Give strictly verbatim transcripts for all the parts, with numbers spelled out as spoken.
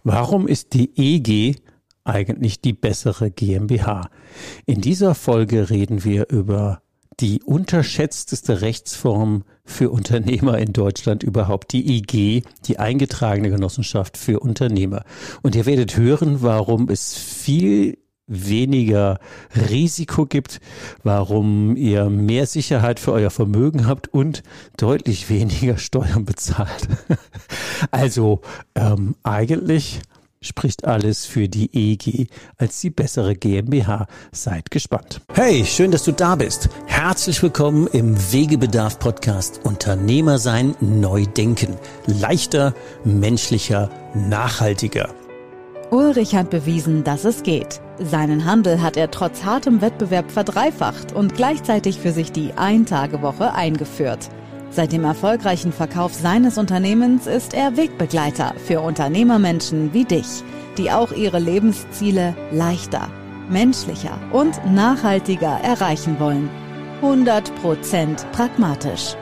Warum ist die E G eigentlich die bessere GmbH? In dieser Folge reden wir über die unterschätzteste Rechtsform für Unternehmer in Deutschland überhaupt, die E G, die eingetragene Genossenschaft für Unternehmer. Und ihr werdet hören, warum es viel weniger Risiko gibt, warum ihr mehr Sicherheit für euer Vermögen habt und deutlich weniger Steuern bezahlt. Also ähm, eigentlich spricht alles für die E G als die bessere GmbH. Seid gespannt. Hey, schön, dass du da bist. Herzlich willkommen im Wegebedarf-Podcast Unternehmer sein, neu denken. Leichter, menschlicher, nachhaltiger. Ulrich hat bewiesen, dass es geht. Seinen Handel hat er trotz hartem Wettbewerb verdreifacht und gleichzeitig für sich die Ein-Tage-Woche eingeführt. Seit dem erfolgreichen Verkauf seines Unternehmens ist er Wegbegleiter für Unternehmermenschen wie dich, die auch ihre Lebensziele leichter, menschlicher und nachhaltiger erreichen wollen. hundert Prozent pragmatisch.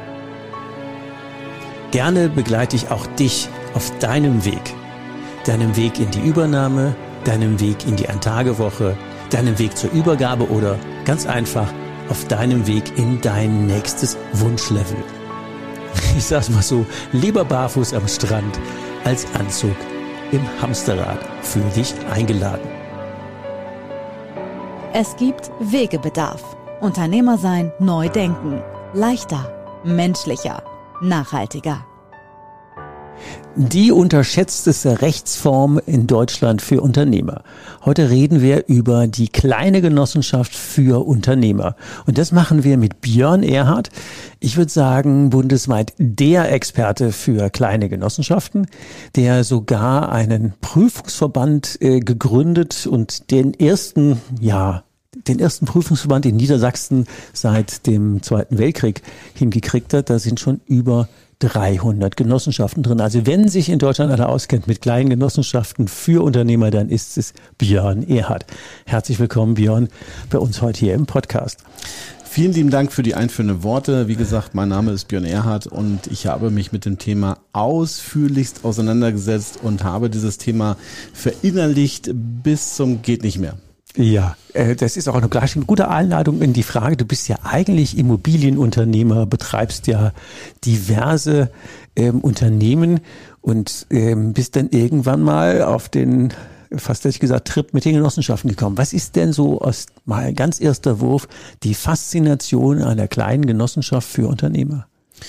Gerne begleite ich auch dich auf deinem Weg. Deinem Weg in die Übernahme, deinem Weg in die Ein-Tage-Woche, deinem Weg zur Übergabe oder ganz einfach auf deinem Weg in dein nächstes Wunschlevel. Ich sag's mal so, lieber barfuß am Strand als Anzug im Hamsterrad. Fühl dich eingeladen. Es gibt Wegebedarf. Unternehmer sein, neu denken. Leichter, menschlicher, nachhaltiger. Die unterschätzteste Rechtsform in Deutschland für Unternehmer. Heute reden wir über die kleine Genossenschaft für Unternehmer. Und das machen wir mit Björn Erhardt. Ich würde sagen, bundesweit der Experte für kleine Genossenschaften, der sogar einen Prüfungsverband äh, gegründet und den ersten, ja, den ersten Prüfungsverband in Niedersachsen seit dem Zweiten Weltkrieg hingekriegt hat. Da sind schon über dreihundert Genossenschaften drin. Also wenn sich in Deutschland einer auskennt mit kleinen Genossenschaften für Unternehmer, dann ist es Björn Erhardt. Herzlich willkommen, Björn, bei uns heute hier im Podcast. Vielen lieben Dank für die einführenden Worte. Wie gesagt, mein Name ist Björn Erhardt und ich habe mich mit dem Thema ausführlichst auseinandergesetzt und habe dieses Thema verinnerlicht bis zum geht nicht mehr. Ja, äh, das ist auch eine, gleich eine gute Einladung in die Frage. Du bist ja eigentlich Immobilienunternehmer, betreibst ja diverse ähm, Unternehmen und ähm, bist dann irgendwann mal auf den, fast hätte ich gesagt, Trip mit den Genossenschaften gekommen. Was ist denn so aus mal ganz erster Wurf die Faszination einer kleinen Genossenschaft für Unternehmer?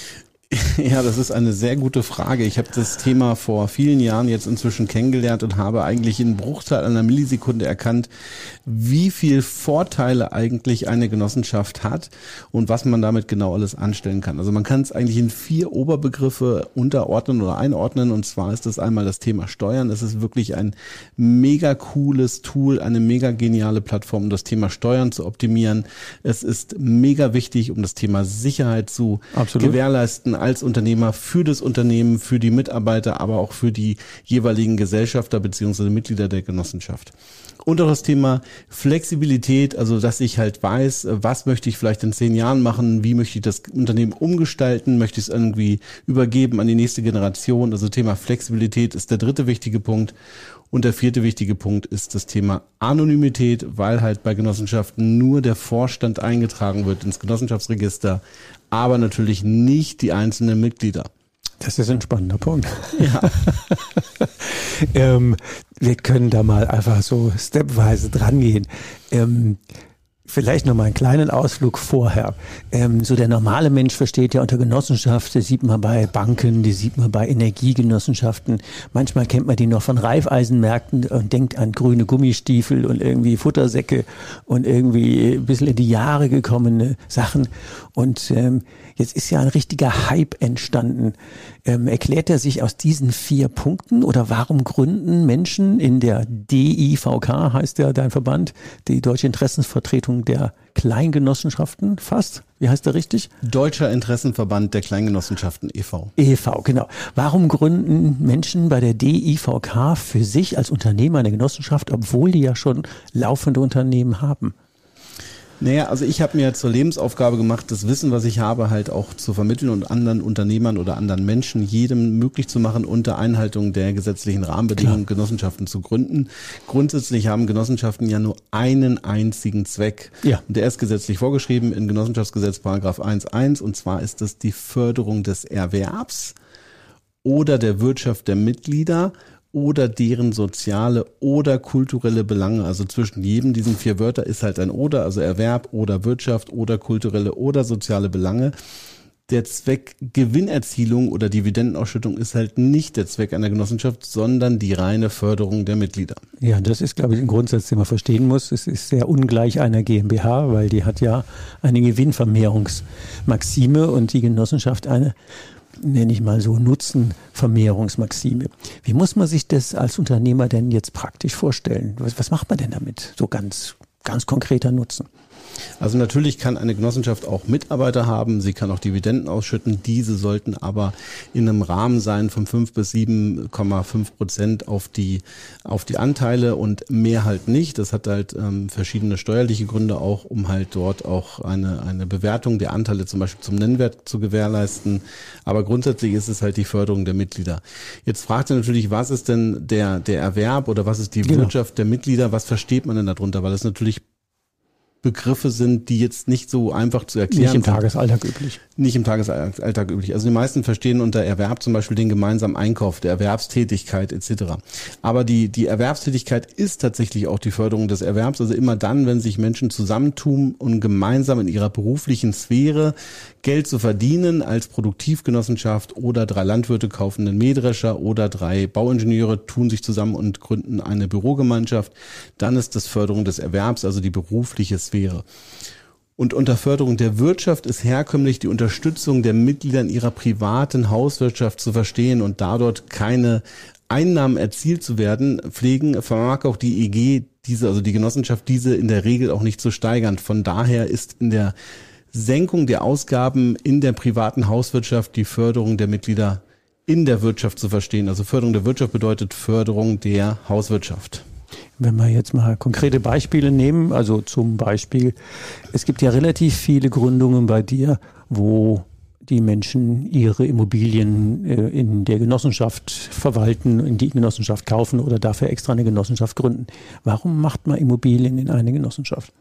Ja, das ist eine sehr gute Frage. Ich habe das Thema vor vielen Jahren jetzt inzwischen kennengelernt und habe eigentlich in Bruchteil einer Millisekunde erkannt, wie viel Vorteile eigentlich eine Genossenschaft hat und was man damit genau alles anstellen kann. Also man kann es eigentlich in vier Oberbegriffe unterordnen oder einordnen, und zwar ist das einmal das Thema Steuern. Es ist wirklich ein mega cooles Tool, eine mega geniale Plattform, um das Thema Steuern zu optimieren. Es ist mega wichtig, um das Thema Sicherheit zu Absolut. gewährleisten als Unternehmer für das Unternehmen, für die Mitarbeiter, aber auch für die jeweiligen Gesellschafter bzw. Mitglieder der Genossenschaft. Und auch das Thema Flexibilität, also dass ich halt weiß, was möchte ich vielleicht in zehn Jahren machen, wie möchte ich das Unternehmen umgestalten, möchte ich es irgendwie übergeben an die nächste Generation. Also Thema Flexibilität ist der dritte wichtige Punkt. Und der vierte wichtige Punkt ist das Thema Anonymität, weil halt bei Genossenschaften nur der Vorstand eingetragen wird ins Genossenschaftsregister, aber natürlich nicht die einzelnen Mitglieder. Das ist ein spannender Punkt. Ja. ähm, wir können da mal einfach so stepweise dran gehen. Ähm, Vielleicht noch mal einen kleinen Ausflug vorher. Ähm, so der normale Mensch versteht ja unter Genossenschaft, das sieht man bei Banken, die sieht man bei Energiegenossenschaften. Manchmal kennt man die noch von Reifeisenmärkten und denkt an grüne Gummistiefel und irgendwie Futtersäcke und irgendwie ein bisschen in die Jahre gekommene Sachen. Und ähm, jetzt ist ja ein richtiger Hype entstanden. Ähm, erklärt er sich aus diesen vier Punkten oder warum gründen Menschen in der D I V K, heißt ja dein Verband, die Deutsche Interessensvertretung der Kleingenossenschaften fast? Wie heißt der richtig? Deutscher Interessenverband der Kleingenossenschaften e V e V, genau. Warum gründen Menschen bei der D I V K für sich als Unternehmer eine Genossenschaft, obwohl die ja schon laufende Unternehmen haben? Naja, also ich habe mir zur Lebensaufgabe gemacht, das Wissen, was ich habe, halt auch zu vermitteln und anderen Unternehmern oder anderen Menschen, jedem möglich zu machen, unter Einhaltung der gesetzlichen Rahmenbedingungen Klar. Genossenschaften zu gründen. Grundsätzlich haben Genossenschaften ja nur einen einzigen Zweck. Ja. Und der ist gesetzlich vorgeschrieben in Genossenschaftsgesetz Paragraph eins Punkt eins, und zwar ist das die Förderung des Erwerbs oder der Wirtschaft der Mitglieder oder deren soziale oder kulturelle Belange. Also zwischen jedem diesen vier Wörter ist halt ein oder, also Erwerb oder Wirtschaft oder kulturelle oder soziale Belange. Der Zweck Gewinnerzielung oder Dividendenausschüttung ist halt nicht der Zweck einer Genossenschaft, sondern die reine Förderung der Mitglieder. Ja, das ist, glaube ich, ein Grundsatz, den man verstehen muss. Es ist sehr ungleich einer GmbH, weil die hat ja eine Gewinnvermehrungsmaxime und die Genossenschaft eine, nenne ich mal so, Nutzenvermehrungsmaxime. Wie muss man sich das als Unternehmer denn jetzt praktisch vorstellen? Was, was macht man denn damit? So ganz, ganz konkreter Nutzen. Also natürlich kann eine Genossenschaft auch Mitarbeiter haben, sie kann auch Dividenden ausschütten, diese sollten aber in einem Rahmen sein von fünf bis sieben Komma fünf Prozent auf die auf die Anteile und mehr halt nicht. Das hat halt ähm, verschiedene steuerliche Gründe auch, um halt dort auch eine eine Bewertung der Anteile zum Beispiel zum Nennwert zu gewährleisten. Aber grundsätzlich ist es halt die Förderung der Mitglieder. Jetzt fragt ihr natürlich, was ist denn der der Erwerb oder was ist die genau. Wirtschaft der Mitglieder? Was versteht man denn darunter? Weil das natürlich Begriffe sind, die jetzt nicht so einfach zu erklären sind. Nicht im sind. Tagesalltag üblich. Nicht im Tagesalltag üblich. Also die meisten verstehen unter Erwerb zum Beispiel den gemeinsamen Einkauf, der Erwerbstätigkeit et cetera. Aber die die Erwerbstätigkeit ist tatsächlich auch die Förderung des Erwerbs. Also immer dann, wenn sich Menschen zusammentun und gemeinsam in ihrer beruflichen Sphäre Geld zu verdienen, als Produktivgenossenschaft oder drei Landwirte kaufen einen Mähdrescher oder drei Bauingenieure tun sich zusammen und gründen eine Bürogemeinschaft, dann ist das Förderung des Erwerbs, also die berufliche Sphäre. Und unter Förderung der Wirtschaft ist herkömmlich die Unterstützung der Mitglieder in ihrer privaten Hauswirtschaft zu verstehen, und da dort keine Einnahmen erzielt zu werden, pflegen, vermag auch die E G, diese, also die Genossenschaft, diese in der Regel auch nicht zu steigern. Von daher ist in der Senkung der Ausgaben in der privaten Hauswirtschaft die Förderung der Mitglieder in der Wirtschaft zu verstehen. Also Förderung der Wirtschaft bedeutet Förderung der Hauswirtschaft. Wenn wir jetzt mal konkrete Beispiele nehmen, also zum Beispiel, es gibt ja relativ viele Gründungen bei dir, wo die Menschen ihre Immobilien in der Genossenschaft verwalten, in die Genossenschaft kaufen oder dafür extra eine Genossenschaft gründen. Warum macht man Immobilien in eine Genossenschaft?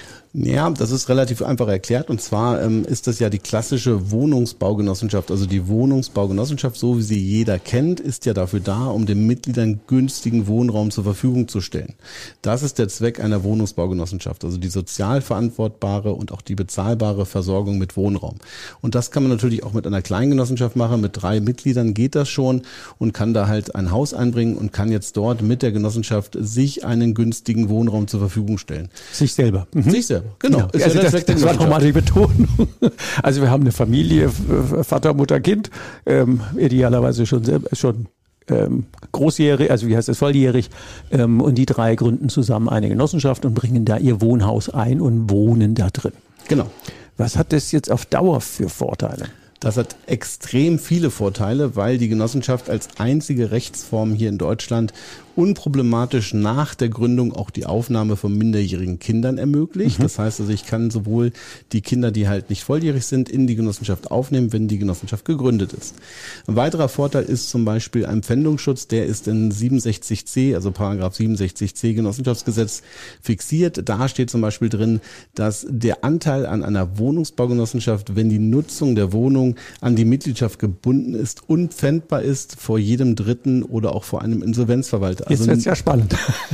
Ja, das ist relativ einfach erklärt, und zwar ähm, ist das ja die klassische Wohnungsbaugenossenschaft. Also die Wohnungsbaugenossenschaft, so wie sie jeder kennt, ist ja dafür da, um den Mitgliedern günstigen Wohnraum zur Verfügung zu stellen. Das ist der Zweck einer Wohnungsbaugenossenschaft, also die sozial verantwortbare und auch die bezahlbare Versorgung mit Wohnraum. Und das kann man natürlich auch mit einer Kleingenossenschaft machen. Mit drei Mitgliedern geht das schon und kann da halt ein Haus einbringen und kann jetzt dort mit der Genossenschaft sich einen günstigen Wohnraum zur Verfügung stellen. Sich selber. Mhm. Sich selber. Genau, ja, ist also ja das, das war nochmal die Betonung. Also wir haben eine Familie, Vater, Mutter, Kind, ähm, idealerweise schon schon ähm, großjährig, also wie heißt das, volljährig, ähm, und die drei gründen zusammen eine Genossenschaft und bringen da ihr Wohnhaus ein und wohnen da drin. Genau. Was hat das jetzt auf Dauer für Vorteile? Das hat extrem viele Vorteile, weil die Genossenschaft als einzige Rechtsform hier in Deutschland unproblematisch nach der Gründung auch die Aufnahme von minderjährigen Kindern ermöglicht. Mhm. Das heißt also, ich kann sowohl die Kinder, die halt nicht volljährig sind, in die Genossenschaft aufnehmen, wenn die Genossenschaft gegründet ist. Ein weiterer Vorteil ist zum Beispiel ein Pfändungsschutz, der ist in siebenundsechzig c, also Paragraph siebenundsechzig c Genossenschaftsgesetz fixiert. Da steht zum Beispiel drin, dass der Anteil an einer Wohnungsbaugenossenschaft, wenn die Nutzung der Wohnung an die Mitgliedschaft gebunden ist, unpfändbar ist vor jedem Dritten oder auch vor einem Insolvenzverwalter. Jetzt Also wird's ja spannend.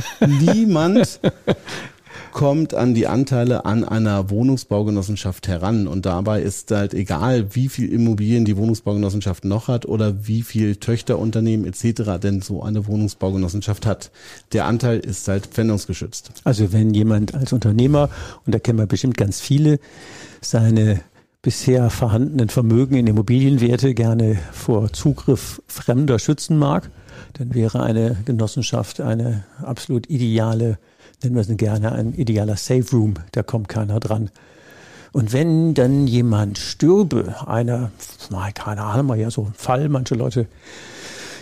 Niemand kommt an die Anteile an einer Wohnungsbaugenossenschaft heran, und dabei ist halt egal, wie viel Immobilien die Wohnungsbaugenossenschaft noch hat oder wie viel Töchterunternehmen et cetera denn so eine Wohnungsbaugenossenschaft hat. Der Anteil ist halt pfändungsgeschützt. Also wenn jemand als Unternehmer, und da kennen wir bestimmt ganz viele, seine bisher vorhandenen Vermögen in Immobilienwerte gerne vor Zugriff Fremder schützen mag, dann wäre eine Genossenschaft eine absolut ideale, nennen wir es gerne, ein idealer Safe Room, da kommt keiner dran. Und wenn dann jemand stürbe, einer, keine Ahnung, mal ja so ein Fall, manche Leute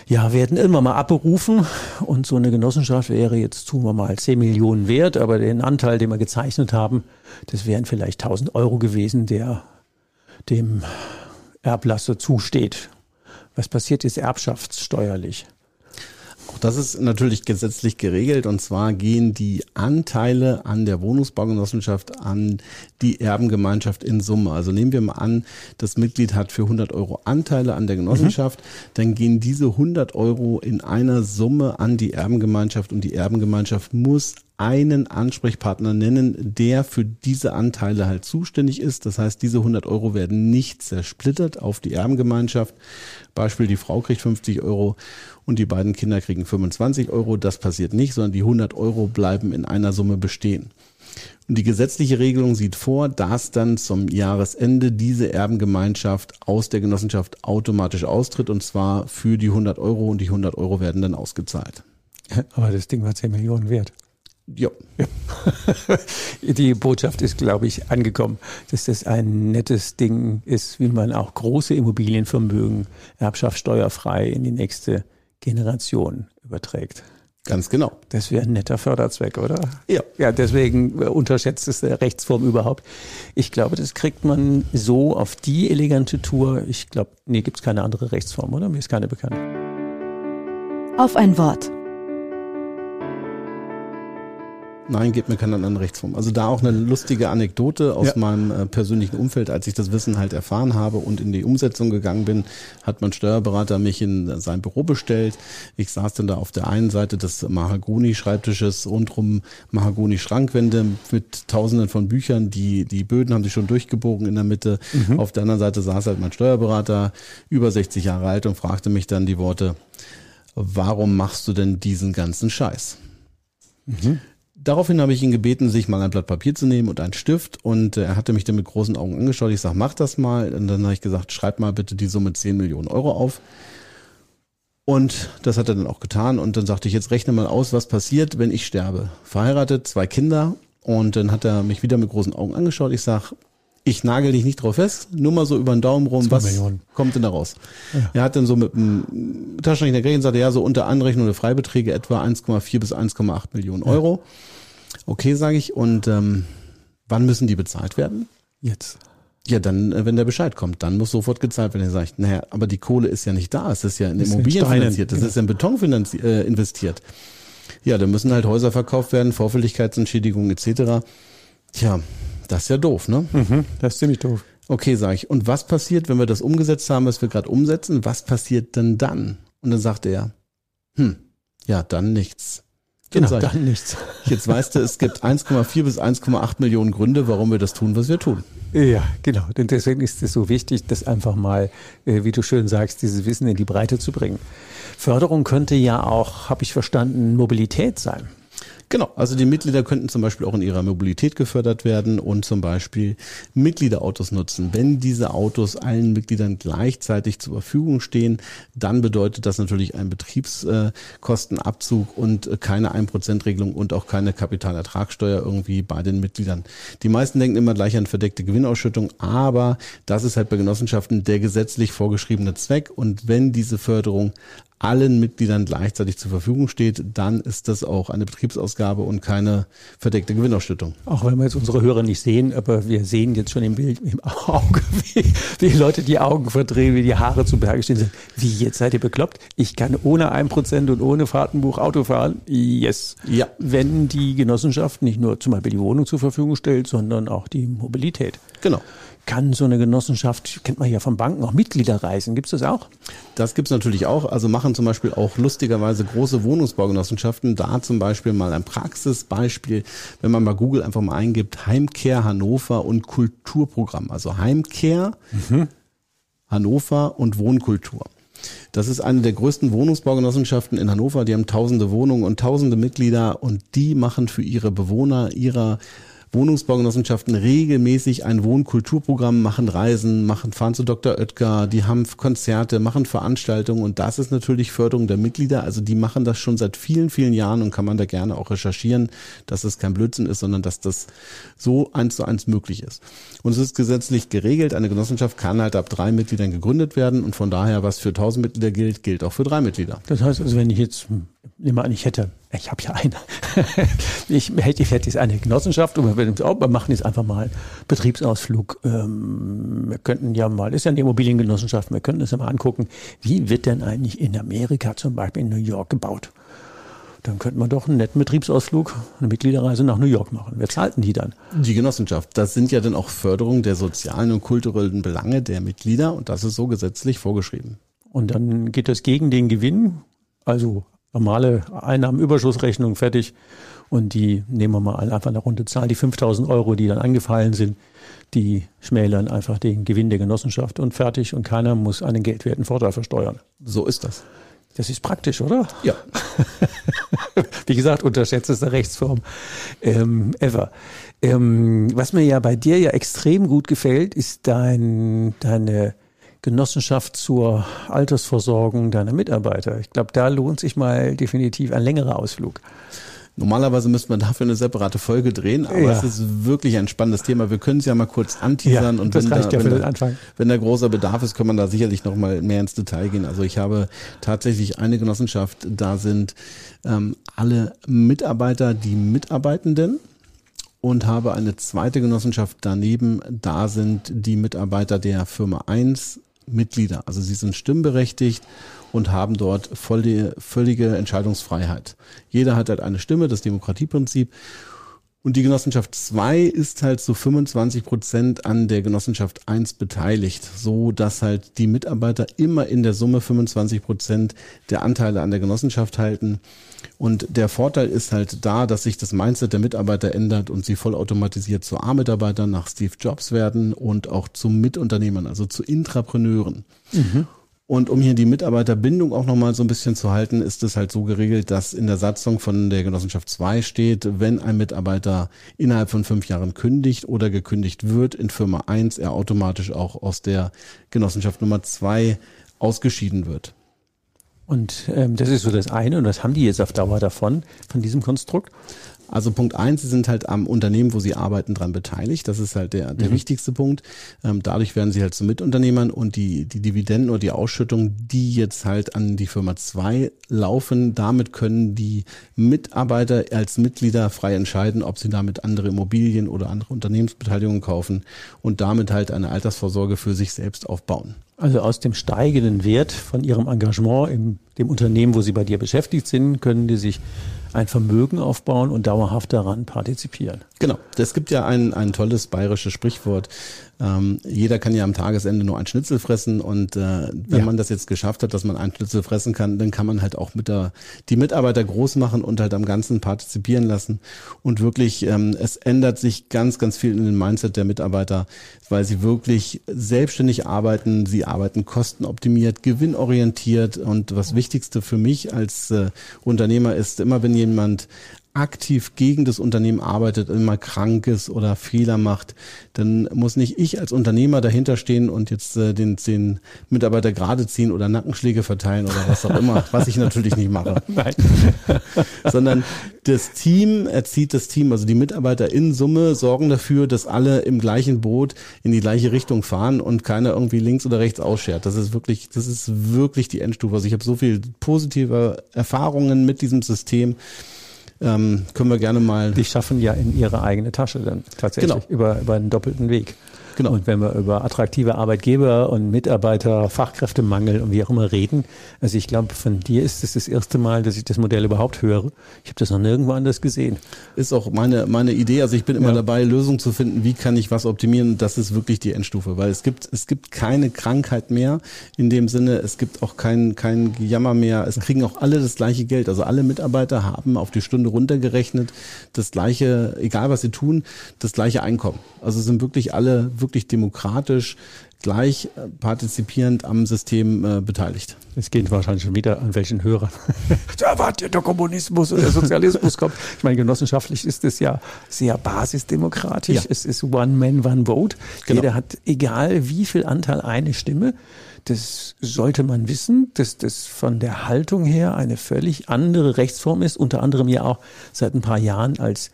ja, werden irgendwann mal abberufen und so eine Genossenschaft wäre jetzt, tun wir mal, zehn Millionen wert, aber den Anteil, den wir gezeichnet haben, das wären vielleicht tausend Euro gewesen, der dem Erblasser zusteht. Was passiert jetzt erbschaftssteuerlich? Auch das ist natürlich gesetzlich geregelt, und zwar gehen die Anteile an der Wohnungsbaugenossenschaft an die Erbengemeinschaft in Summe. Also nehmen wir mal an, das Mitglied hat für hundert Euro Anteile an der Genossenschaft, mhm. dann gehen diese hundert Euro in einer Summe an die Erbengemeinschaft, und die Erbengemeinschaft muss einen Ansprechpartner nennen, der für diese Anteile halt zuständig ist. Das heißt, diese hundert Euro werden nicht zersplittert auf die Erbengemeinschaft. Beispiel, die Frau kriegt fünfzig Euro und die beiden Kinder kriegen fünfundzwanzig Euro. Das passiert nicht, sondern die hundert Euro bleiben in einer Summe bestehen. Und die gesetzliche Regelung sieht vor, dass dann zum Jahresende diese Erbengemeinschaft aus der Genossenschaft automatisch austritt, und zwar für die hundert Euro, und die hundert Euro werden dann ausgezahlt. Aber das Ding war zehn Millionen wert. Ja. ja. Die Botschaft ist, glaube ich, angekommen, dass das ein nettes Ding ist, wie man auch große Immobilienvermögen erbschaftssteuerfrei in die nächste Generation überträgt. Ganz genau. Das wäre ein netter Förderzweck, oder? Ja. Ja, deswegen unterschätzteste Rechtsform überhaupt. Ich glaube, das kriegt man so auf die elegante Tour. Ich glaube, nee, gibt es keine andere Rechtsform, oder? Mir ist keine bekannt. Auf ein Wort. Nein, gibt mir keine andere Rechtsform. Also da auch eine lustige Anekdote aus ja. meinem äh, persönlichen Umfeld. Als ich das Wissen halt erfahren habe und in die Umsetzung gegangen bin, hat mein Steuerberater mich in sein Büro bestellt. Ich saß dann da auf der einen Seite des Mahagoni-Schreibtisches, rundrum Mahagoni-Schrankwände mit tausenden von Büchern. Die, die Böden haben sich schon durchgebogen in der Mitte. Mhm. Auf der anderen Seite saß halt mein Steuerberater, über sechzig Jahre alt, und fragte mich dann die Worte: Warum machst du denn diesen ganzen Scheiß? Mhm. Daraufhin habe ich ihn gebeten, sich mal ein Blatt Papier zu nehmen und einen Stift, und er hatte mich dann mit großen Augen angeschaut. Ich sage, mach das mal. Und dann habe ich gesagt, schreib mal bitte die Summe zehn Millionen Euro auf. Und das hat er dann auch getan. Und dann sagte ich, jetzt rechne mal aus, was passiert, wenn ich sterbe. Verheiratet, zwei Kinder. Und dann hat er mich wieder mit großen Augen angeschaut. Ich sage, ich nagel dich nicht drauf fest, nur mal so über den Daumen rum, was Millionen. Kommt denn da raus? Ja. Er hat dann so mit dem Taschenrechner gerechnet und sagte, ja, so unter Anrechnung der Freibeträge etwa eins Komma vier bis eins Komma acht Millionen Euro. Ja. Okay, sage ich. Und ähm, wann müssen die bezahlt werden? Jetzt. Ja, dann, wenn der Bescheid kommt, dann muss sofort gezahlt werden. Er sagt, naja, aber die Kohle ist ja nicht da. Es ist ja in Immobilien finanziert. Das ist ja in Beton finanzi- äh, investiert. Ja, da müssen halt Häuser verkauft werden, Vorfälligkeitsentschädigungen et cetera. Tja, das ist ja doof, ne? Mhm, das ist ziemlich doof. Okay, sage ich. Und was passiert, wenn wir das umgesetzt haben, was wir gerade umsetzen? Was passiert denn dann? Und dann sagte er, hm, ja, dann nichts. Genau, dann, dann nichts. Jetzt weißt du, es gibt eins Komma vier bis eins Komma acht Millionen Gründe, warum wir das tun, was wir tun. Ja, genau. Denn deswegen ist es so wichtig, das einfach mal, wie du schön sagst, dieses Wissen in die Breite zu bringen. Förderung könnte ja auch, habe ich verstanden, Mobilität sein. Genau, also die Mitglieder könnten zum Beispiel auch in ihrer Mobilität gefördert werden und zum Beispiel Mitgliederautos nutzen. Wenn diese Autos allen Mitgliedern gleichzeitig zur Verfügung stehen, dann bedeutet das natürlich einen Betriebskostenabzug und keine ein Prozent Regelung und auch keine Kapitalertragssteuer irgendwie bei den Mitgliedern. Die meisten denken immer gleich an verdeckte Gewinnausschüttung, aber das ist halt bei Genossenschaften der gesetzlich vorgeschriebene Zweck, und wenn diese Förderung allen Mitgliedern gleichzeitig zur Verfügung steht, dann ist das auch eine Betriebsausgabe und keine verdeckte Gewinnausschüttung. Auch wenn wir jetzt unsere Hörer nicht sehen, aber wir sehen jetzt schon im Bild, im Auge, wie, wie Leute die Augen verdrehen, wie die Haare zu Berge stehen. Wie, jetzt seid ihr bekloppt? Ich kann ohne ein Prozent und ohne Fahrtenbuch Auto fahren? Yes. Ja. Wenn die Genossenschaft nicht nur zum Beispiel die Wohnung zur Verfügung stellt, sondern auch die Mobilität. Genau. Kann so eine Genossenschaft, kennt man ja von Banken, auch Mitgliederreisen, gibt es das auch? Das gibt's natürlich auch, also machen zum Beispiel auch lustigerweise große Wohnungsbaugenossenschaften, da zum Beispiel mal ein Praxisbeispiel, wenn man bei Google einfach mal eingibt, Heimcare Hannover und Kulturprogramm, also Heimcare, mhm. Hannover und Wohnkultur. Das ist eine der größten Wohnungsbaugenossenschaften in Hannover, die haben tausende Wohnungen und tausende Mitglieder, und die machen für ihre Bewohner ihrer Wohnungsbaugenossenschaften regelmäßig ein Wohnkulturprogramm, machen Reisen, machen, fahren zu Doktor Oetker, die haben Konzerte, machen Veranstaltungen und das ist natürlich Förderung der Mitglieder. Also die machen das schon seit vielen, vielen Jahren und kann man da gerne auch recherchieren, dass es kein Blödsinn ist, sondern dass das so eins zu eins möglich ist. Und es ist gesetzlich geregelt, eine Genossenschaft kann halt ab drei Mitgliedern gegründet werden und von daher, was für tausend Mitglieder gilt, gilt auch für drei Mitglieder. Das heißt also, wenn ich jetzt, nehmen wir an, ich hätte, ich habe ja eine, ich hätte, ich hätte jetzt eine Genossenschaft und wir, wir machen jetzt einfach mal Betriebsausflug. Ähm, wir könnten ja mal, ist ja eine Immobiliengenossenschaft, wir könnten uns ja mal angucken, wie wird denn eigentlich in Amerika zum Beispiel in New York gebaut? Dann könnte man doch einen netten Betriebsausflug, eine Mitgliederreise nach New York machen. Wer zahlt denn die dann? Die Genossenschaft. Das sind ja dann auch Förderungen der sozialen und kulturellen Belange der Mitglieder und das ist so gesetzlich vorgeschrieben. Und dann geht das gegen den Gewinn, also normale Einnahmenüberschussrechnung fertig und die nehmen wir mal einfach eine runde Zahl. Die fünftausend Euro, die dann angefallen sind, die schmälern einfach den Gewinn der Genossenschaft und fertig und keiner muss einen geldwerten Vorteil versteuern. So ist das. Das ist praktisch, oder? Ja. Wie gesagt, unterschätzteste Rechtsform ähm, ever. Ähm, was mir ja bei dir ja extrem gut gefällt, ist dein, deine Genossenschaft zur Altersversorgung deiner Mitarbeiter. Ich glaube, da lohnt sich mal definitiv ein längerer Ausflug. Normalerweise müsste man dafür eine separate Folge drehen, aber ja. Es ist wirklich ein spannendes Thema. Wir können es ja mal kurz anteasern ja, und das wenn, reicht da, ja für wenn, den da, Anfang. wenn da großer Bedarf ist, können wir da sicherlich noch mal mehr ins Detail gehen. Also ich habe tatsächlich eine Genossenschaft, da sind ähm, alle Mitarbeiter die Mitarbeitenden und habe eine zweite Genossenschaft daneben, da sind die Mitarbeiter der Firma eins Mitglieder. Also sie sind stimmberechtigt und haben dort volle, völlige Entscheidungsfreiheit. Jeder hat halt eine Stimme, das Demokratieprinzip. Und die Genossenschaft zwei ist halt so fünfundzwanzig Prozent an der Genossenschaft eins beteiligt, so dass halt die Mitarbeiter immer in der Summe fünfundzwanzig Prozent der Anteile an der Genossenschaft halten. Und der Vorteil ist halt da, dass sich das Mindset der Mitarbeiter ändert und sie vollautomatisiert zu A-Mitarbeitern nach Steve Jobs werden und auch zu Mitunternehmern, also zu Intrapreneuren. Mhm. Und um hier die Mitarbeiterbindung auch nochmal so ein bisschen zu halten, ist es halt so geregelt, dass in der Satzung von der Genossenschaft zwei steht, wenn ein Mitarbeiter innerhalb von fünf Jahren kündigt oder gekündigt wird in Firma eins, er automatisch auch aus der Genossenschaft Nummer zwei ausgeschieden wird. Und ähm, das ist so das eine und was haben die jetzt auf Dauer davon, von diesem Konstrukt? Also Punkt eins, sie sind halt am Unternehmen, wo sie arbeiten, dran beteiligt. Das ist halt der, der mhm. wichtigste Punkt. Ähm, dadurch werden sie halt zu Mitunternehmern und die, die Dividenden oder die Ausschüttung, die jetzt halt an die Firma zwei laufen, damit können die Mitarbeiter als Mitglieder frei entscheiden, ob sie damit andere Immobilien oder andere Unternehmensbeteiligungen kaufen und damit halt eine Altersvorsorge für sich selbst aufbauen. Also aus dem steigenden Wert von ihrem Engagement in dem Unternehmen, wo sie bei dir beschäftigt sind, können die sich ein Vermögen aufbauen und dauerhaft daran partizipieren. Genau. Es gibt ja ein, ein tolles bayerisches Sprichwort. Ähm, jeder kann ja am Tagesende nur ein Schnitzel fressen und äh, wenn ja. man das jetzt geschafft hat, dass man einen Schnitzel fressen kann, dann kann man halt auch mit der die Mitarbeiter groß machen und halt am Ganzen partizipieren lassen und wirklich, ähm, es ändert sich ganz, ganz viel in den Mindset der Mitarbeiter, weil sie wirklich selbstständig arbeiten, sie arbeiten kostenoptimiert, gewinnorientiert und was Wichtigste für mich als äh, Unternehmer ist, immer wenn jemand aktiv gegen das Unternehmen arbeitet, immer krank ist oder Fehler macht, dann muss nicht ich als Unternehmer dahinter stehen und jetzt äh, den, den Mitarbeiter gerade ziehen oder Nackenschläge verteilen oder was auch immer, was ich natürlich nicht mache. Nein. Sondern das Team erzieht das Team, also die Mitarbeiter in Summe sorgen dafür, dass alle im gleichen Boot in die gleiche Richtung fahren und keiner irgendwie links oder rechts ausschert. Das ist wirklich, das ist wirklich die Endstufe. Also ich habe so viel positive Erfahrungen mit diesem System. Ähm, können wir gerne mal... Die schaffen ja in ihre eigene Tasche dann tatsächlich genau. über, über einen doppelten Weg. Genau. Und wenn wir über attraktive Arbeitgeber und Mitarbeiter, Fachkräftemangel und wie auch immer reden, also ich glaube, von dir ist es das erste Mal, dass ich das Modell überhaupt höre. Ich habe das noch nirgendwo anders gesehen. Ist auch meine meine Idee. Also ich bin immer ja. dabei, Lösungen zu finden, wie kann ich was optimieren. Und das ist wirklich die Endstufe, weil es gibt es gibt keine Krankheit mehr in dem Sinne. Es gibt auch kein kein Gejammer mehr. Es kriegen auch alle das gleiche Geld. Also alle Mitarbeiter haben auf die Stunde runtergerechnet das gleiche, egal was sie tun, das gleiche Einkommen. Also sind wirklich alle wirklich demokratisch, gleich partizipierend am System äh, beteiligt. Es geht wahrscheinlich schon wieder an welchen Hörern. Da wartet der Kommunismus oder der Sozialismus kommt. Ich meine, genossenschaftlich ist es ja sehr basisdemokratisch. Ja. Es ist One Man, One Vote. Genau. Jeder hat, egal wie viel Anteil, eine Stimme. Das sollte man wissen, dass das von der Haltung her eine völlig andere Rechtsform ist. Unter anderem ja auch seit ein paar Jahren als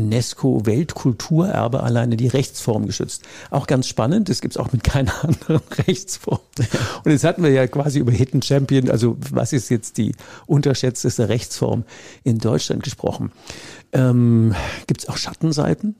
UNESCO-Weltkulturerbe alleine die Rechtsform geschützt. Auch ganz spannend, das gibt's auch mit keiner anderen Rechtsform. Und jetzt hatten wir ja quasi über Hidden Champion, also was ist jetzt die unterschätzteste Rechtsform in Deutschland gesprochen. Ähm, gibt's auch Schattenseiten?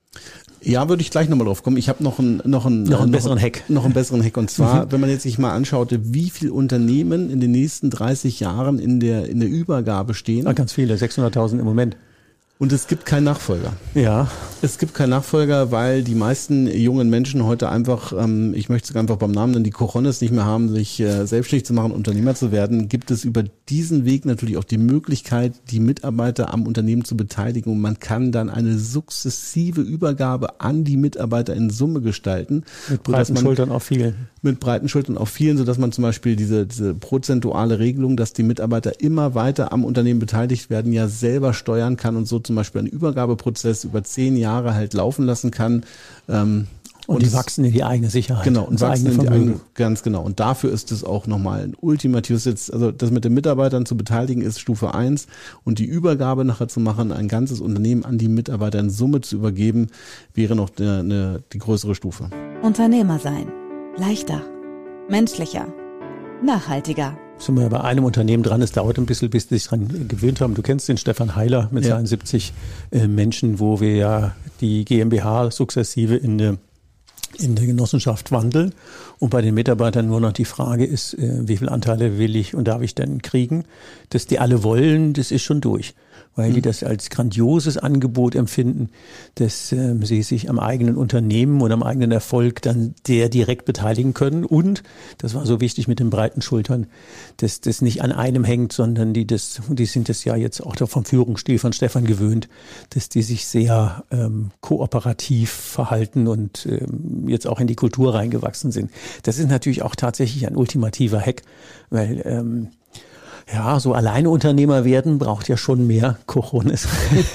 Ja, würde ich gleich nochmal drauf kommen. Ich habe noch einen noch einen, noch einen noch besseren Hack. Noch einen besseren Hack. Und zwar, mhm. wenn man jetzt sich mal anschaute, wie viele Unternehmen in den nächsten dreißig Jahren in der in der Übergabe stehen. Ah, ganz viele, sechshunderttausend im Moment. Und es gibt keinen Nachfolger. Ja. Es gibt keinen Nachfolger, weil die meisten jungen Menschen heute einfach, ähm, ich möchte es einfach beim Namen nennen, die Cojones nicht mehr haben, sich äh, selbstständig zu machen, Unternehmer zu werden, gibt es über diesen Weg natürlich auch die Möglichkeit, die Mitarbeiter am Unternehmen zu beteiligen. Und man kann dann eine sukzessive Übergabe an die Mitarbeiter in Summe gestalten. Mit breiten Schultern auf vielen. Mit breiten Schultern auf vielen, sodass man zum Beispiel diese, diese prozentuale Regelung, dass die Mitarbeiter immer weiter am Unternehmen beteiligt werden, ja selber steuern kann und so zum Beispiel einen Übergabeprozess über zehn Jahre halt laufen lassen kann. Ähm, und, und die wachsen in die eigene Sicherheit. Genau, und wachsen in die eigene, ganz genau. Und dafür ist es auch nochmal ein ultimatives, jetzt, also das mit den Mitarbeitern zu beteiligen ist Stufe eins und die Übergabe nachher zu machen, ein ganzes Unternehmen an die Mitarbeiter in Summe zu übergeben, wäre noch eine, eine, die größere Stufe. Unternehmer sein. Leichter, menschlicher, nachhaltiger. Sind wir ja bei einem Unternehmen dran, es dauert ein bisschen, bis sie sich daran gewöhnt haben. Du kennst den Stefan Heiler mit ja. seinen siebzig äh, Menschen, wo wir ja die GmbH sukzessive in eine in der Genossenschaft wandeln und bei den Mitarbeitern nur noch die Frage ist, äh, wie viele Anteile will ich und darf ich denn kriegen? Dass die alle wollen, das ist schon durch, weil die das als grandioses Angebot empfinden, dass äh, sie sich am eigenen Unternehmen und am eigenen Erfolg dann sehr direkt beteiligen können. Und, das war so wichtig mit den breiten Schultern, dass das nicht an einem hängt, sondern die das, die sind das ja jetzt auch vom Führungsstil von Stefan gewöhnt, dass die sich sehr ähm, kooperativ verhalten und ähm, jetzt auch in die Kultur reingewachsen sind. Das ist natürlich auch tatsächlich ein ultimativer Hack, weil ähm, ja, so alleine Unternehmer werden braucht ja schon mehr Cojones.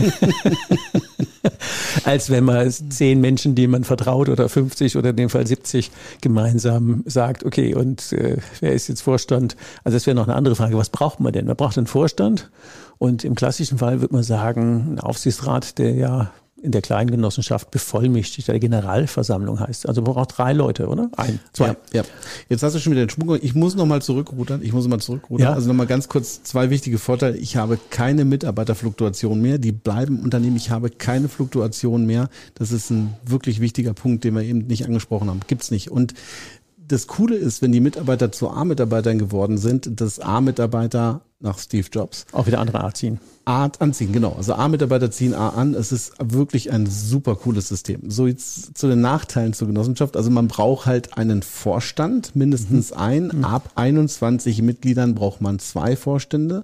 Als wenn man zehn Menschen, denen man vertraut, oder fünfzig oder in dem Fall siebzig gemeinsam sagt, okay, und äh, wer ist jetzt Vorstand? Also das wäre noch eine andere Frage. Was braucht man denn? Man braucht einen Vorstand und im klassischen Fall würde man sagen, ein Aufsichtsrat, der ja in der kleinen Genossenschaft bevollmächtigter Generalversammlung heißt. Also man braucht drei Leute, oder? Ein, zwei. Ja, ja. Jetzt hast du schon wieder den Schwung. Ich muss nochmal zurückrudern. Ich muss mal zurückrudern. Ja. Also nochmal ganz kurz zwei wichtige Vorteile. Ich habe keine Mitarbeiterfluktuation mehr. Die bleiben im Unternehmen. Ich habe keine Fluktuation mehr. Das ist ein wirklich wichtiger Punkt, den wir eben nicht angesprochen haben. Gibt's nicht. Und das Coole ist, wenn die Mitarbeiter zu A-Mitarbeitern geworden sind, dass A-Mitarbeiter nach Steve Jobs auch wieder andere Art ziehen. Art anziehen, genau. Also A-Mitarbeiter ziehen A an. Es ist wirklich ein super cooles System. So jetzt zu den Nachteilen zur Genossenschaft. Also man braucht halt einen Vorstand, mindestens mhm. ein. Ab einundzwanzig Mitgliedern braucht man zwei Vorstände.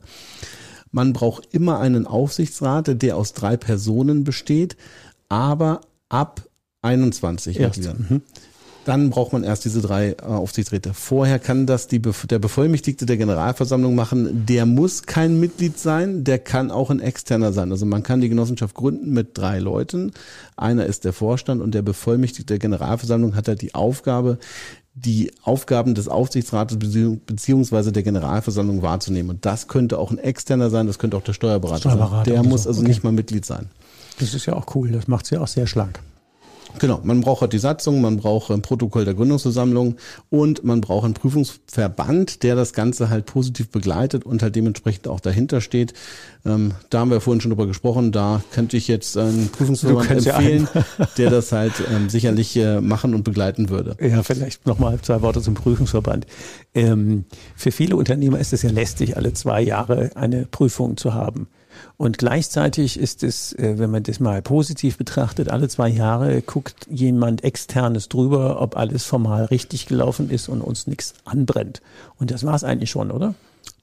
Man braucht immer einen Aufsichtsrat, der aus drei Personen besteht, aber ab einundzwanzig Erst. Mitgliedern. Mhm. Dann braucht man erst diese drei äh, Aufsichtsräte. Vorher kann das die, der Bevollmächtigte der Generalversammlung machen. Der muss kein Mitglied sein, der kann auch ein Externer sein. Also man kann die Genossenschaft gründen mit drei Leuten. Einer ist der Vorstand und der Bevollmächtigte der Generalversammlung hat halt die Aufgabe, die Aufgaben des Aufsichtsrates beziehungsweise der Generalversammlung wahrzunehmen. Und das könnte auch ein Externer sein, das könnte auch der Steuerberater, Steuerberater sein. Der muss so. also okay. nicht mal Mitglied sein. Das ist ja auch cool, das macht es ja auch sehr schlank. Genau, man braucht halt die Satzung, man braucht ein Protokoll der Gründungsversammlung und man braucht einen Prüfungsverband, der das Ganze halt positiv begleitet und halt dementsprechend auch dahinter steht. Ähm, da haben wir vorhin schon drüber gesprochen, da könnte ich jetzt einen Prüfungsverband empfehlen, ja der das halt ähm, sicherlich äh, machen und begleiten würde. Ja, vielleicht nochmal zwei Worte zum Prüfungsverband. Ähm, für viele Unternehmer ist es ja lästig, alle zwei Jahre eine Prüfung zu haben. Und gleichzeitig ist es, wenn man das mal positiv betrachtet, alle zwei Jahre guckt jemand Externes drüber, ob alles formal richtig gelaufen ist und uns nichts anbrennt. Und das war es eigentlich schon, oder?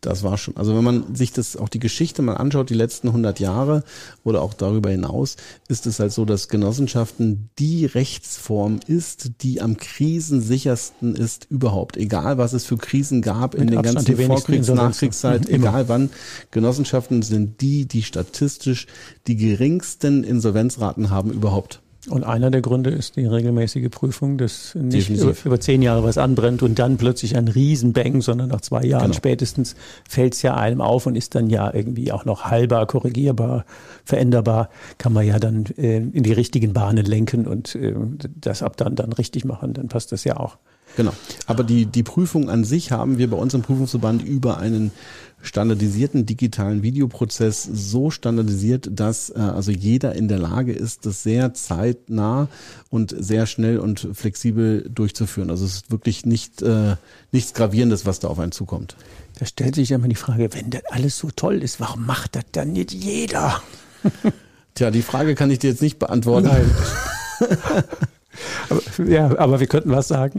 Das war schon, also wenn man sich das auch die Geschichte mal anschaut, die letzten hundert Jahre oder auch darüber hinaus, ist es halt so, dass Genossenschaften die Rechtsform ist, die am krisensichersten ist überhaupt. Egal, was es für Krisen gab in den ganzen Vorkriegs-, Nachkriegszeit, egal wann. Genossenschaften sind die, die statistisch die geringsten Insolvenzraten haben überhaupt. Und einer der Gründe ist die regelmäßige Prüfung, dass nicht über, über zehn Jahre was anbrennt und dann plötzlich ein Riesenbang, sondern nach zwei Jahren genau. spätestens fällt es ja einem auf und ist dann ja irgendwie auch noch heilbar, korrigierbar, veränderbar, kann man ja dann äh, in die richtigen Bahnen lenken und äh, das ab dann, dann richtig machen, dann passt das ja auch. Genau, aber die, die Prüfung an sich haben wir bei uns im Prüfungsverband über einen standardisierten digitalen Videoprozess so standardisiert, dass äh, also jeder in der Lage ist, das sehr zeitnah und sehr schnell und flexibel durchzuführen. Also es ist wirklich nicht äh, nichts Gravierendes, was da auf einen zukommt. Da stellt sich ja immer die Frage, wenn das alles so toll ist, warum macht das dann nicht jeder? Tja, die Frage kann ich dir jetzt nicht beantworten. Nein. aber, ja, aber wir könnten was sagen.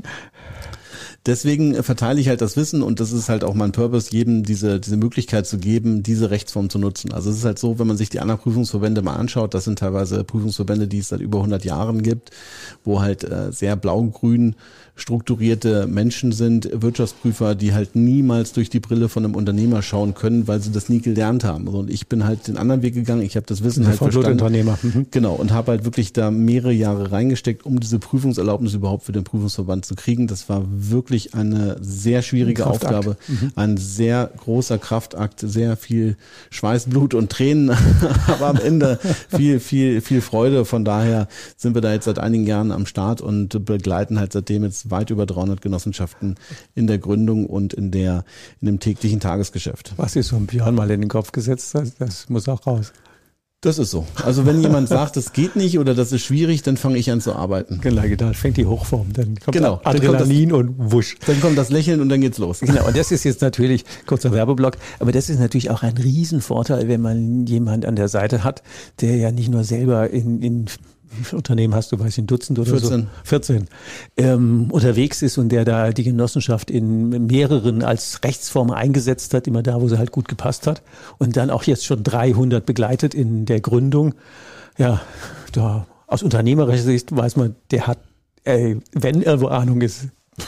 Deswegen verteile ich halt das Wissen und das ist halt auch mein Purpose, jedem diese diese Möglichkeit zu geben, diese Rechtsform zu nutzen. Also es ist halt so, wenn man sich die anderen Prüfungsverbände mal anschaut, das sind teilweise Prüfungsverbände, die es seit über hundert Jahren gibt, wo halt äh, sehr blau-grün strukturierte Menschen sind, Wirtschaftsprüfer, die halt niemals durch die Brille von einem Unternehmer schauen können, weil sie das nie gelernt haben. Und ich bin halt den anderen Weg gegangen, ich habe das Wissen halt verstanden. Unternehmer. Mhm. Genau, und habe halt wirklich da mehrere Jahre reingesteckt, um diese Prüfungserlaubnis überhaupt für den Prüfungsverband zu kriegen. Das war wirklich eine sehr schwierige ein Aufgabe, mhm. ein sehr großer Kraftakt, sehr viel Schweiß, Blut und Tränen, aber am Ende viel, viel, viel Freude. Von daher sind wir da jetzt seit einigen Jahren am Start und begleiten halt seitdem jetzt weit über dreihundert Genossenschaften in der Gründung und in der in dem täglichen Tagesgeschäft. Was ist so ein Björn mal in den Kopf gesetzt hat, das muss auch raus. Das ist so. Also wenn jemand sagt, das geht nicht oder das ist schwierig, dann fange ich an zu arbeiten. Genau, da fängt die Hochform. Dann kommt genau, Adrenalin dann kommt das, und wusch. Dann kommt das Lächeln und dann geht's los. Genau, und das ist jetzt natürlich, kurzer Werbeblock, aber das ist natürlich auch ein Riesenvorteil, wenn man jemand an der Seite hat, der ja nicht nur selber in, in wie viele Unternehmen hast du, weiß ich, ein Dutzend oder vierzehn. So? vierzehn. Ähm, unterwegs ist und der da die Genossenschaft in mehreren als Rechtsform eingesetzt hat, immer da, wo sie halt gut gepasst hat. Und dann auch jetzt schon dreihundert begleitet in der Gründung. Ja, da aus unternehmerischer Sicht weiß man, der hat, ey, wenn irgendwo Ahnung ist,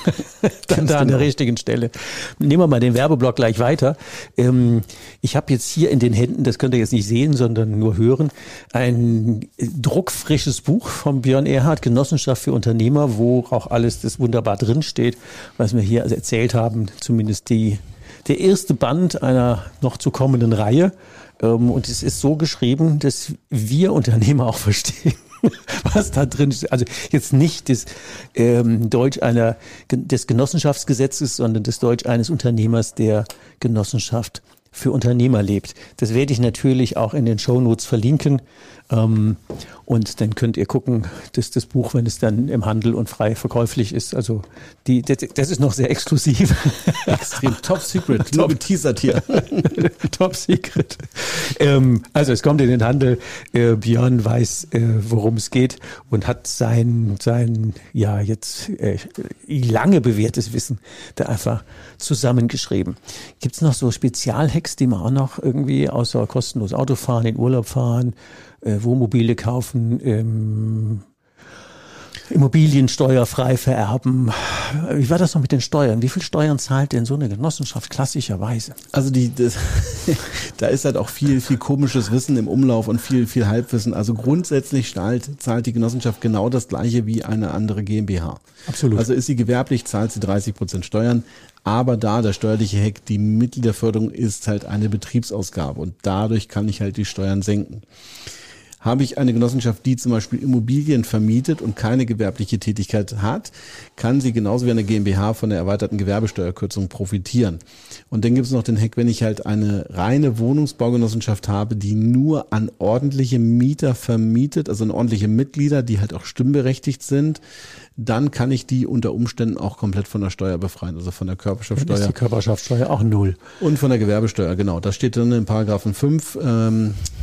dann da an der richtigen Stelle. Nehmen wir mal den Werbeblock gleich weiter. Ähm, ich habe jetzt hier in den Händen, das könnt ihr jetzt nicht sehen, sondern nur hören, ein druckfrisches Buch von Björn Erhard, Genossenschaft für Unternehmer, wo auch alles das wunderbar drinsteht, was wir hier also erzählt haben, zumindest die, der erste Band einer noch zu kommenden Reihe. Ähm, und es ist so geschrieben, dass wir Unternehmer auch verstehen, was da drin ist. Also jetzt nicht das ähm, Deutsch einer des Genossenschaftsgesetzes, sondern das Deutsch eines Unternehmers, der Genossenschaft für Unternehmer lebt. Das werde ich natürlich auch in den Shownotes verlinken. Ähm, und dann könnt ihr gucken, dass das Buch, wenn es dann im Handel und frei verkäuflich ist, also die, das, das ist noch sehr exklusiv. Extrem top secret, nur geteasert hier. Top secret. Ähm, also es kommt in den Handel. Äh, Björn weiß, äh, worum es geht und hat sein, sein ja jetzt äh, lange bewährtes Wissen da einfach zusammengeschrieben. Gibt es noch so Spezialhacks, die man auch noch irgendwie außer kostenlos Auto fahren, in Urlaub fahren, äh, Wohnmobile kaufen, ähm, Immobilien steuerfrei vererben. Wie war das noch mit den Steuern? Wie viel Steuern zahlt denn so eine Genossenschaft klassischerweise? Also die, das, da ist halt auch viel, viel komisches Wissen im Umlauf und viel, viel Halbwissen. Also grundsätzlich zahlt, zahlt die Genossenschaft genau das Gleiche wie eine andere GmbH. Absolut. Also ist sie gewerblich, zahlt sie dreißig Prozent Steuern. Aber da der steuerliche Hack, die Mitgliederförderung ist halt eine Betriebsausgabe und dadurch kann ich halt die Steuern senken. Habe ich eine Genossenschaft, die zum Beispiel Immobilien vermietet und keine gewerbliche Tätigkeit hat, kann sie genauso wie eine GmbH von der erweiterten Gewerbesteuerkürzung profitieren. Und dann gibt es noch den Hack, wenn ich halt eine reine Wohnungsbaugenossenschaft habe, die nur an ordentliche Mieter vermietet, also an ordentliche Mitglieder, die halt auch stimmberechtigt sind, dann kann ich die unter Umständen auch komplett von der Steuer befreien, also von der Körperschaftsteuer. Dann ist die Körperschaftsteuer auch null. Und von der Gewerbesteuer, genau. Das steht dann in Paragraphen fünf. Ähm,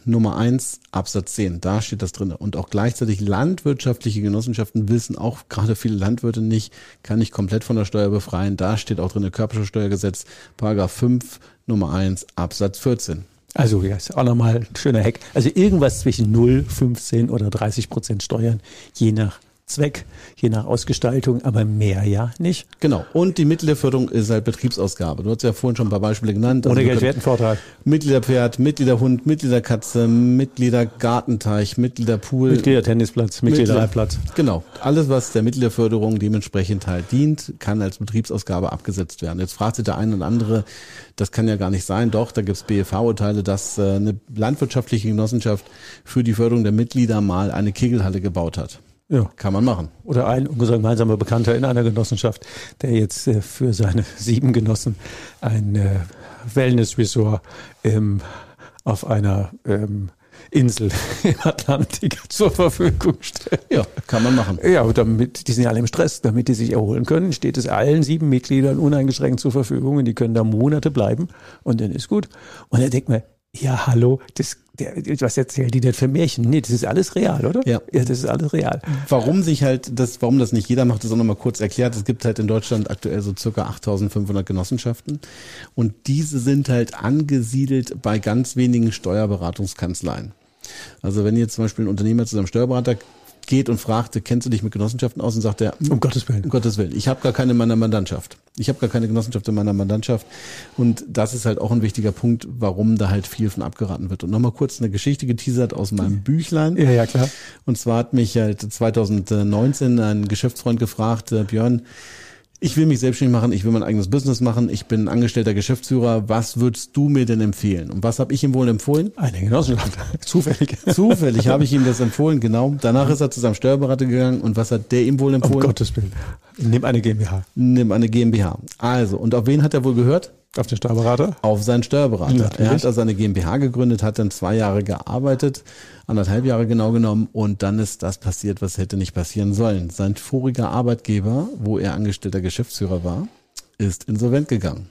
Nummer eins, Absatz zehn, da steht das drin. Und auch gleichzeitig landwirtschaftliche Genossenschaften wissen auch gerade viele Landwirte nicht, kann ich komplett von der Steuer befreien. Da steht auch drin, Körperschaftsteuergesetz, Paragraph fünf, Nummer eins, Absatz vierzehn. Also ja, ist auch nochmal ein schöner Hack. Also irgendwas zwischen null, fünfzehn oder dreißig Prozent Steuern, je nach Zweck, je nach Ausgestaltung, aber mehr ja nicht. Genau. Und die Mitgliederförderung ist halt Betriebsausgabe. Du hast ja vorhin schon ein paar Beispiele genannt. Ohne also Geldwertenvorteil. Mitgliederpferd, Mitgliederhund, Mitgliederkatze, Mitgliedergartenteich, Mitgliederpool. Mitgliedertennisplatz, Mitgliederreitplatz. Genau. Alles, was der Mitgliederförderung dementsprechend halt dient, kann als Betriebsausgabe abgesetzt werden. Jetzt fragt sich der eine und andere, das kann ja gar nicht sein. Doch, da gibt's B F H-Urteile, dass äh, eine landwirtschaftliche Genossenschaft für die Förderung der Mitglieder mal eine Kegelhalle gebaut hat. Ja. Kann man machen. Oder ein unser gemeinsamer Bekannter in einer Genossenschaft, der jetzt äh, für seine sieben Genossen ein äh, Wellness-Resort ähm, auf einer ähm, Insel im Atlantik zur Verfügung stellt. Ja, kann man machen. Ja, und damit, die sind ja alle im Stress, damit die sich erholen können, steht es allen sieben Mitgliedern uneingeschränkt zur Verfügung und die können da Monate bleiben und dann ist gut. Und dann denkt man, ja, hallo, das, der, was erzählt die denn für Märchen? Nee, das ist alles real, oder? Ja. Ja, das ist alles real. Warum sich halt das, warum das nicht jeder macht, ist auch nochmal kurz erklärt. Es gibt halt in Deutschland aktuell so circa achttausendfünfhundert Genossenschaften und diese sind halt angesiedelt bei ganz wenigen Steuerberatungskanzleien. Also wenn jetzt zum Beispiel ein Unternehmer zu seinem Steuerberater geht und fragt, kennst du dich mit Genossenschaften aus, und sagt er, um Gottes Willen, um Gottes Willen, ich habe gar keine in meiner Mandantschaft. Ich habe gar keine Genossenschaft in meiner Mandantschaft. Und das ist halt auch ein wichtiger Punkt, warum da halt viel von abgeraten wird. Und nochmal kurz eine Geschichte geteasert aus meinem Büchlein. Ja, ja, klar. Und zwar hat mich halt zweitausendneunzehn ein Geschäftsfreund gefragt, Björn, ich will mich selbstständig machen, ich will mein eigenes Business machen, ich bin angestellter Geschäftsführer, was würdest du mir denn empfehlen? Und was habe ich ihm wohl empfohlen? Eine Genossenschaft, zufällig. Zufällig habe ich ihm das empfohlen, genau. Danach ist er zu seinem Steuerberater gegangen und was hat der ihm wohl empfohlen? Um Gottes Willen. Nimm eine GmbH. Nimm eine GmbH. Also, und auf wen hat er wohl gehört? Auf den Steuerberater? Auf seinen Steuerberater. Natürlich. Er hat also eine GmbH gegründet, hat dann zwei Jahre gearbeitet, anderthalb Jahre genau genommen und dann ist das passiert, was hätte nicht passieren sollen. Sein voriger Arbeitgeber, wo er angestellter Geschäftsführer war, ist insolvent gegangen.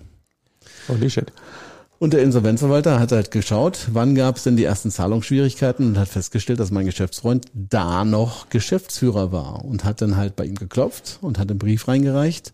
Holy shit. Und der Insolvenzverwalter hat halt geschaut, wann gab es denn die ersten Zahlungsschwierigkeiten und hat festgestellt, dass mein Geschäftsfreund da noch Geschäftsführer war und hat dann halt bei ihm geklopft und hat einen Brief reingereicht.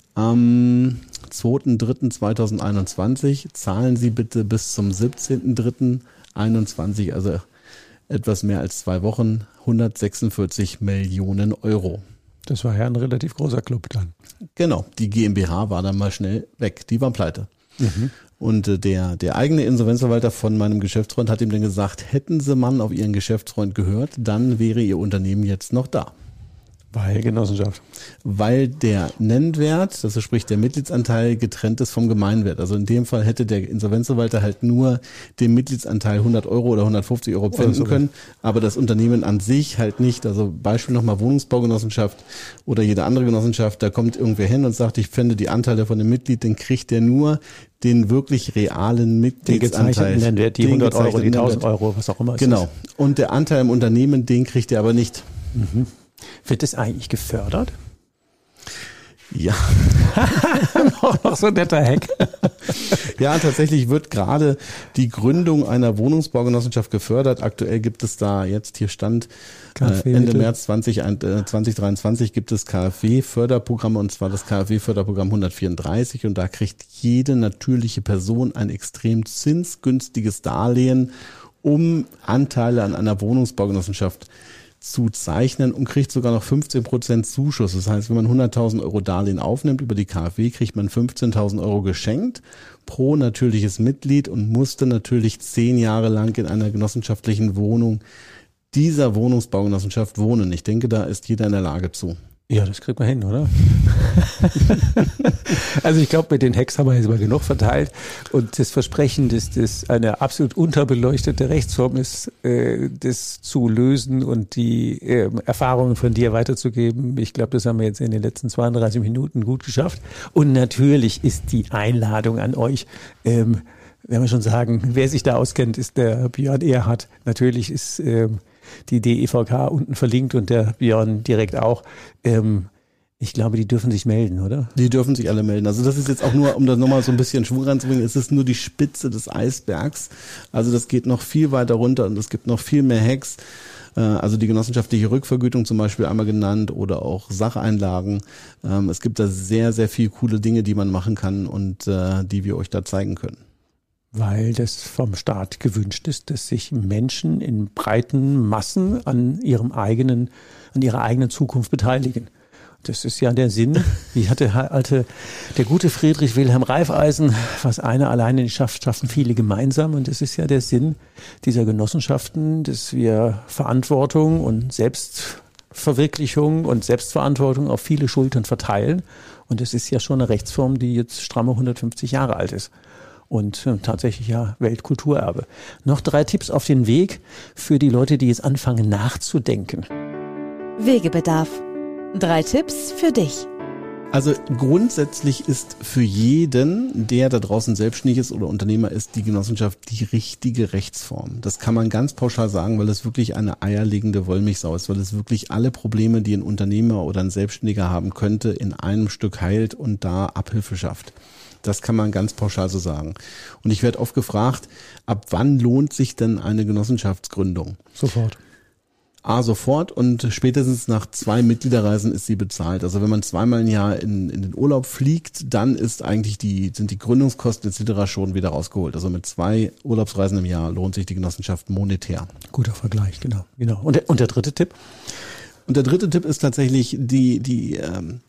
Am zweiten dritten zweitausendeinundzwanzig zahlen Sie bitte bis zum siebzehnten dritten einundzwanzig, also etwas mehr als zwei Wochen, hundertsechsundvierzig Millionen Euro. Das war ja ein relativ großer Club dann. Genau, die GmbH war dann mal schnell weg, die waren pleite. Mhm. Und äh, der der eigene Insolvenzverwalter von meinem Geschäftsfreund hat ihm dann gesagt, hätten Sie Mann auf Ihren Geschäftsfreund gehört, dann wäre Ihr Unternehmen jetzt noch da. Weil Genossenschaft. Weil der Nennwert, das sprich der Mitgliedsanteil, getrennt ist vom Gemeinwert. Also in dem Fall hätte der Insolvenzverwalter halt nur den Mitgliedsanteil hundert Euro oder hundertpfenzig Euro pfänden können, aber das Unternehmen an sich halt nicht. Also Beispiel nochmal Wohnungsbaugenossenschaft oder jede andere Genossenschaft, da kommt irgendwer hin und sagt, ich pfände die Anteile von dem Mitglied, dann kriegt der nur den wirklich realen Mitgliedsanteil. Den gezeichneten Nennwert, die hundert Euro, die tausend Euro, was auch immer es genau. ist. Genau. Und der Anteil im Unternehmen, den kriegt er aber nicht. Mhm. Wird das eigentlich gefördert? Ja. noch, noch so ein netter Hack. Ja, tatsächlich wird gerade die Gründung einer Wohnungsbaugenossenschaft gefördert. Aktuell gibt es da jetzt hier Stand äh, Ende März zwanzig dreiundzwanzig gibt es K f W-Förderprogramme und zwar das K f W-Förderprogramm hundertvierunddreißig und da kriegt jede natürliche Person ein extrem zinsgünstiges Darlehen, um Anteile an einer Wohnungsbaugenossenschaft zu zeichnen und kriegt sogar noch fünfzehn Prozent Zuschuss. Das heißt, wenn man hunderttausend Euro Darlehen aufnimmt über die K f W, kriegt man fünfzehntausend Euro geschenkt pro natürliches Mitglied und musste natürlich zehn Jahre lang in einer genossenschaftlichen Wohnung dieser Wohnungsbaugenossenschaft wohnen. Ich denke, da ist jeder in der Lage zu. Ja, das kriegt man hin, oder? Also ich glaube, mit den Hacks haben wir jetzt mal genug verteilt. Und das Versprechen, dass das eine absolut unterbeleuchtete Rechtsform ist, äh, das zu lösen und die äh, Erfahrungen von dir weiterzugeben, ich glaube, das haben wir jetzt in den letzten zweiunddreißig Minuten gut geschafft. Und natürlich ist die Einladung an euch, ähm, wenn wir schon sagen, wer sich da auskennt, ist der Björn Erhardt. Natürlich ist ähm, die D E V K unten verlinkt und der Björn direkt auch. Ähm, Ich glaube, die dürfen sich melden, oder? Die dürfen sich alle melden. Also das ist jetzt auch nur, um das nochmal so ein bisschen Schwung reinzubringen, es ist nur die Spitze des Eisbergs. Also das geht noch viel weiter runter und es gibt noch viel mehr Hacks. Also die genossenschaftliche Rückvergütung zum Beispiel einmal genannt oder auch Sacheinlagen. Es gibt da sehr, sehr viele coole Dinge, die man machen kann und die wir euch da zeigen können. Weil das vom Staat gewünscht ist, dass sich Menschen in breiten Massen an ihrem eigenen, an ihrer eigenen Zukunft beteiligen. Das ist ja der Sinn, wie hat der alte, der gute Friedrich Wilhelm Raiffeisen, was einer alleine nicht schafft, schaffen viele gemeinsam. Und das ist ja der Sinn dieser Genossenschaften, dass wir Verantwortung und Selbstverwirklichung und Selbstverantwortung auf viele Schultern verteilen. Und das ist ja schon eine Rechtsform, die jetzt stramme hundertfünfzig Jahre alt ist. Und äh, tatsächlich ja Weltkulturerbe. Noch drei Tipps auf den Weg für die Leute, die jetzt anfangen nachzudenken. Wegebedarf. Drei Tipps für dich. Also grundsätzlich ist für jeden, der da draußen selbstständig ist oder Unternehmer ist, die Genossenschaft die richtige Rechtsform. Das kann man ganz pauschal sagen, weil es wirklich eine eierlegende Wollmilchsau ist, weil es wirklich alle Probleme, die ein Unternehmer oder ein Selbstständiger haben könnte, in einem Stück heilt und da Abhilfe schafft. Das kann man ganz pauschal so sagen. Und ich werde oft gefragt, ab wann lohnt sich denn eine Genossenschaftsgründung? Sofort. A, sofort und spätestens nach zwei Mitgliederreisen ist sie bezahlt. Also wenn man zweimal im Jahr in, in den Urlaub fliegt, dann ist eigentlich die, sind die Gründungskosten et cetera schon wieder rausgeholt. Also mit zwei Urlaubsreisen im Jahr lohnt sich die Genossenschaft monetär. Guter Vergleich, genau. genau. Und, der, und der dritte Tipp? Und der dritte Tipp ist tatsächlich die, die, ähm,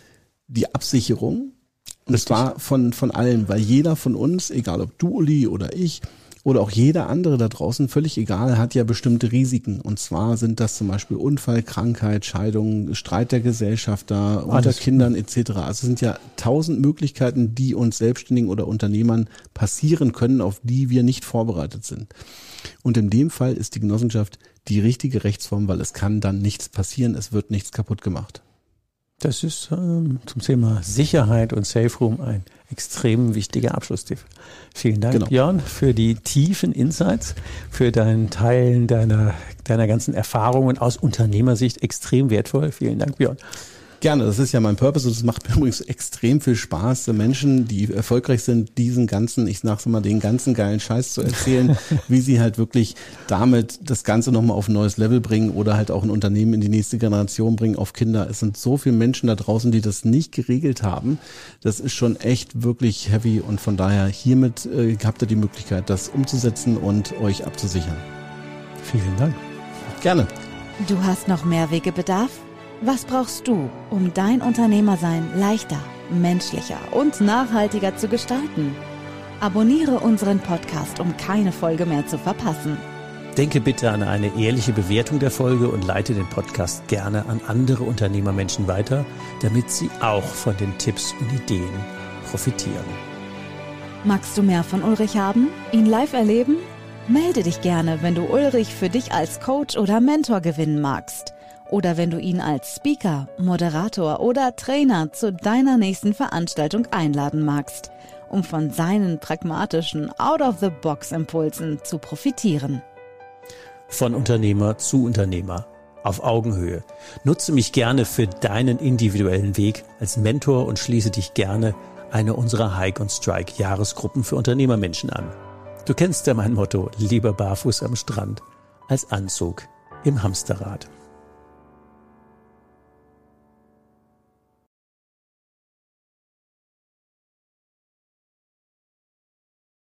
die Absicherung. Und zwar von, von allen, weil jeder von uns, egal ob du, Uli, oder ich, oder auch jeder andere da draußen, völlig egal, hat ja bestimmte Risiken. Und zwar sind das zum Beispiel Unfall, Krankheit, Scheidung, Streit der Gesellschafter, unter Alles. Kindern et cetera. Also es sind ja tausend Möglichkeiten, die uns Selbstständigen oder Unternehmern passieren können, auf die wir nicht vorbereitet sind. Und in dem Fall ist die Genossenschaft die richtige Rechtsform, weil es kann dann nichts passieren, es wird nichts kaputt gemacht. Das ist ähm, zum Thema Sicherheit und Safe Room ein extrem wichtiger Abschlusstipp. Vielen Dank, Genau. Björn, für die tiefen Insights, für dein Teilen deiner, deiner ganzen Erfahrungen aus Unternehmersicht extrem wertvoll. Vielen Dank, Björn. Gerne, das ist ja mein Purpose und es macht mir übrigens extrem viel Spaß, Menschen, die erfolgreich sind, diesen ganzen, ich sag's mal, den ganzen geilen Scheiß zu erzählen, wie sie halt wirklich damit das Ganze nochmal auf ein neues Level bringen oder halt auch ein Unternehmen in die nächste Generation bringen, auf Kinder. Es sind so viele Menschen da draußen, die das nicht geregelt haben. Das ist schon echt wirklich heavy und von daher hiermit äh, habt ihr die Möglichkeit, das umzusetzen und euch abzusichern. Vielen Dank. Gerne. Du hast noch mehr Wegebedarf? Was brauchst du, um dein Unternehmersein leichter, menschlicher und nachhaltiger zu gestalten? Abonniere unseren Podcast, um keine Folge mehr zu verpassen. Denke bitte an eine ehrliche Bewertung der Folge und leite den Podcast gerne an andere Unternehmermenschen weiter, damit sie auch von den Tipps und Ideen profitieren. Magst du mehr von Ulrich haben? Ihn live erleben? Melde dich gerne, wenn du Ulrich für dich als Coach oder Mentor gewinnen magst. Oder wenn du ihn als Speaker, Moderator oder Trainer zu deiner nächsten Veranstaltung einladen magst, um von seinen pragmatischen Out-of-the-Box-Impulsen zu profitieren. Von Unternehmer zu Unternehmer, auf Augenhöhe. Nutze mich gerne für deinen individuellen Weg als Mentor und schließe dich gerne einer unserer Hike und Strike Jahresgruppen für Unternehmermenschen an. Du kennst ja mein Motto, lieber barfuß am Strand als Anzug im Hamsterrad.